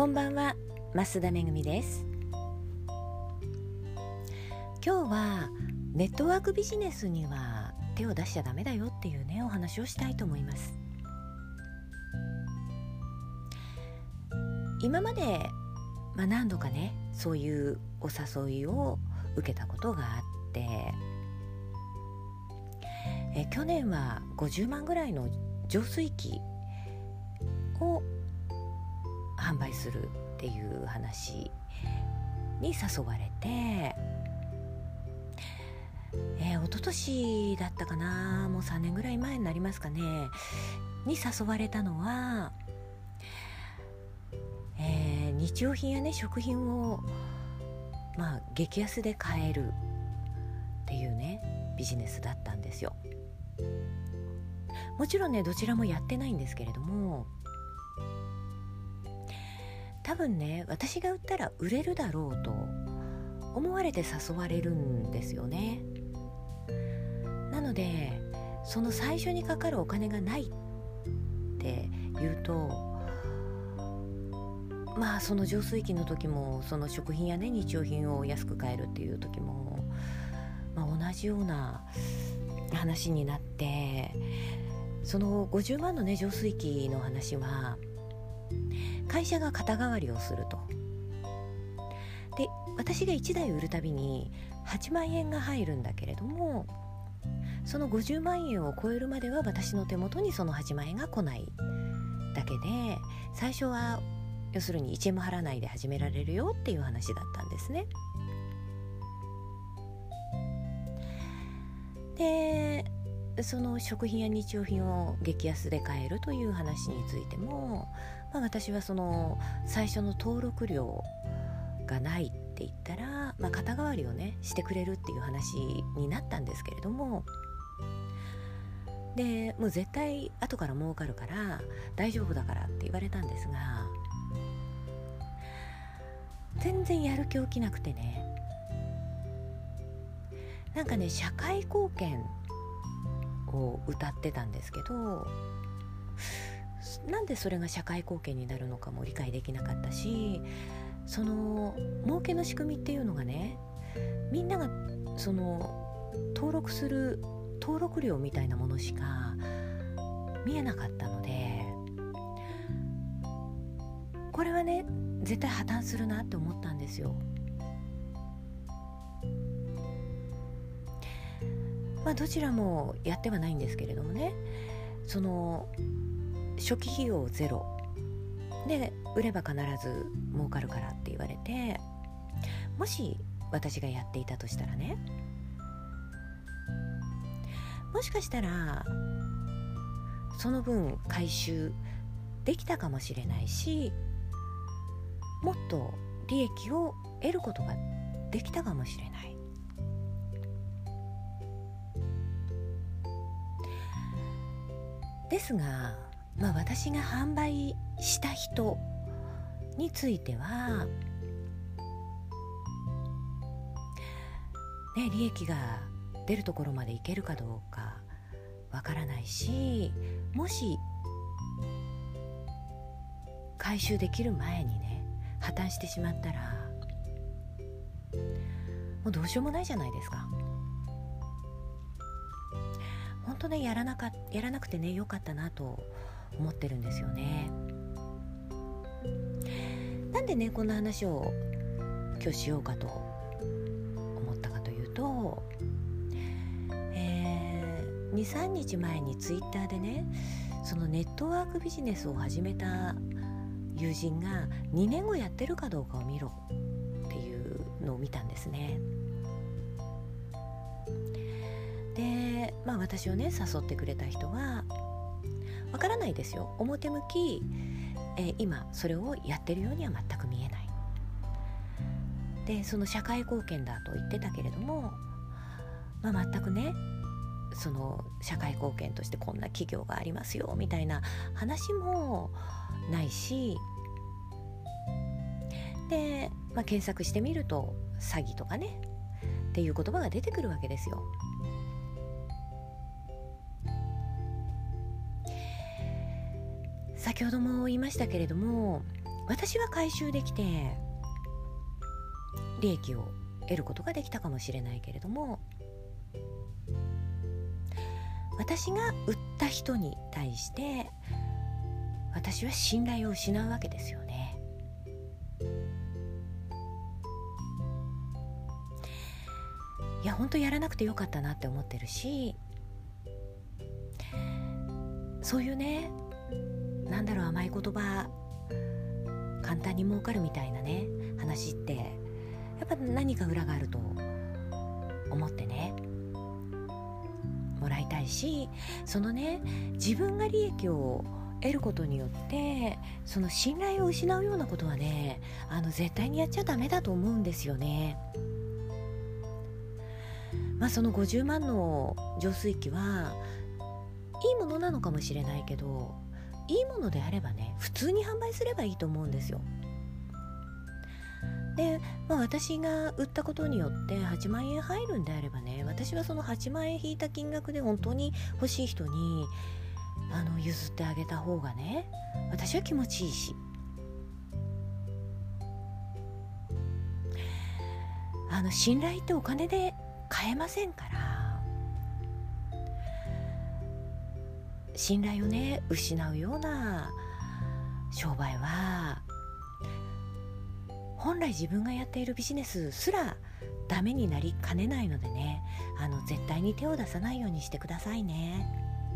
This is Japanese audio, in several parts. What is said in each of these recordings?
こんばんは、増田めぐみです。今日はネットワークビジネスには手を出しちゃダメだよっていうね、お話をしたいと思います。今まで、何度かね、そういうお誘いを受けたことがあって、去年は50万ぐらいの浄水器を販売するっていう話に誘われて、一昨年だったかな、もう3年ぐらい前になりますかね、に誘われたのは、日用品やね、食品を激安で買えるっていうね、ビジネスだったんですよ。もちろんね、どちらもやってないんですけれども、多分ね、私が売ったら売れるだろうと思われて誘われるんですよね。なので、その最初にかかるお金がないって言うと、その浄水器の時も、その食品やね、日用品を安く買えるっていう時も、同じような話になって、その50万のね、浄水器の話は会社が肩代わりをすると。で、私が1台売るたびに8万円が入るんだけれども、その50万円を超えるまでは私の手元にその8万円が来ないだけで、最初は要するに1円も払わないで始められるよっていう話だったんですね。で、その食品や日用品を激安で買えるという話についても、私はその最初の登録料がないって言ったら、肩代わりをねしてくれるっていう話になったんですけれども、でもう絶対後から儲かるから大丈夫だからって言われたんですが、全然やる気起きなくてね、社会貢献を歌ってたんですけど、なんでそれが社会貢献になるのかも理解できなかったし、その儲けの仕組みっていうのがね、みんながその登録する登録料みたいなものしか見えなかったので、これはね、絶対破綻するなって思ったんですよ。どちらもやってはないんですけれどもね、その初期費用ゼロで売れば必ず儲かるからって言われて、もし私がやっていたとしたらね、もしかしたらその分回収できたかもしれないし、もっと利益を得ることができたかもしれない。ですが、私が販売した人については、利益が出るところまでいけるかどうかわからないし、もし回収できる前にね、破綻してしまったら、もうどうしようもないじゃないですか。本当ね、やらなくてね、よかったなと思ってるんですよね。なんでね、こんな話を今日しようかと思ったかというと、2、3日前にツイッターでね、そのネットワークビジネスを始めた友人が2年後やってるかどうかを見ろっていうのを見たんですね。で、私をね誘ってくれた人は、わからないですよ、表向き、今それをやってるようには全く見えない。で、その社会貢献だと言ってたけれども、全くね、その社会貢献としてこんな企業がありますよみたいな話もないし、で、検索してみると詐欺とかねっていう言葉が出てくるわけですよ。先ほども言いましたけれども、 私は回収できて利益を得ることができたかもしれないけれども、私が売った人に対して私は信頼を失うわけですよね。いや本当やらなくてよかったなって思ってるし、そういうね、甘い言葉、簡単に儲かるみたいなね話ってやっぱ何か裏があると思ってねもらいたいし、そのね自分が利益を得ることによってその信頼を失うようなことはね絶対にやっちゃダメだと思うんですよね。その50万の浄水器はいいものなのかもしれないけど、いいものであればね普通に販売すればいいと思うんですよ。で、私が売ったことによって8万円入るんであればね、私はその8万円引いた金額で本当に欲しい人に譲ってあげた方がね私は気持ちいいし、信頼ってお金で買えませんから、信頼をね失うような商売は本来自分がやっているビジネスすらダメになりかねないのでね、絶対に手を出さないようにしてくださいね。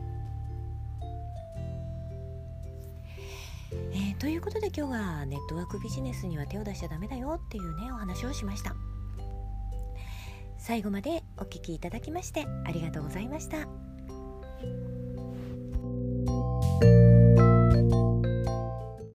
ということで今日はネットワークビジネスには手を出しちゃダメだよっていうねお話をしました。最後までお聞きいただきましてありがとうございました。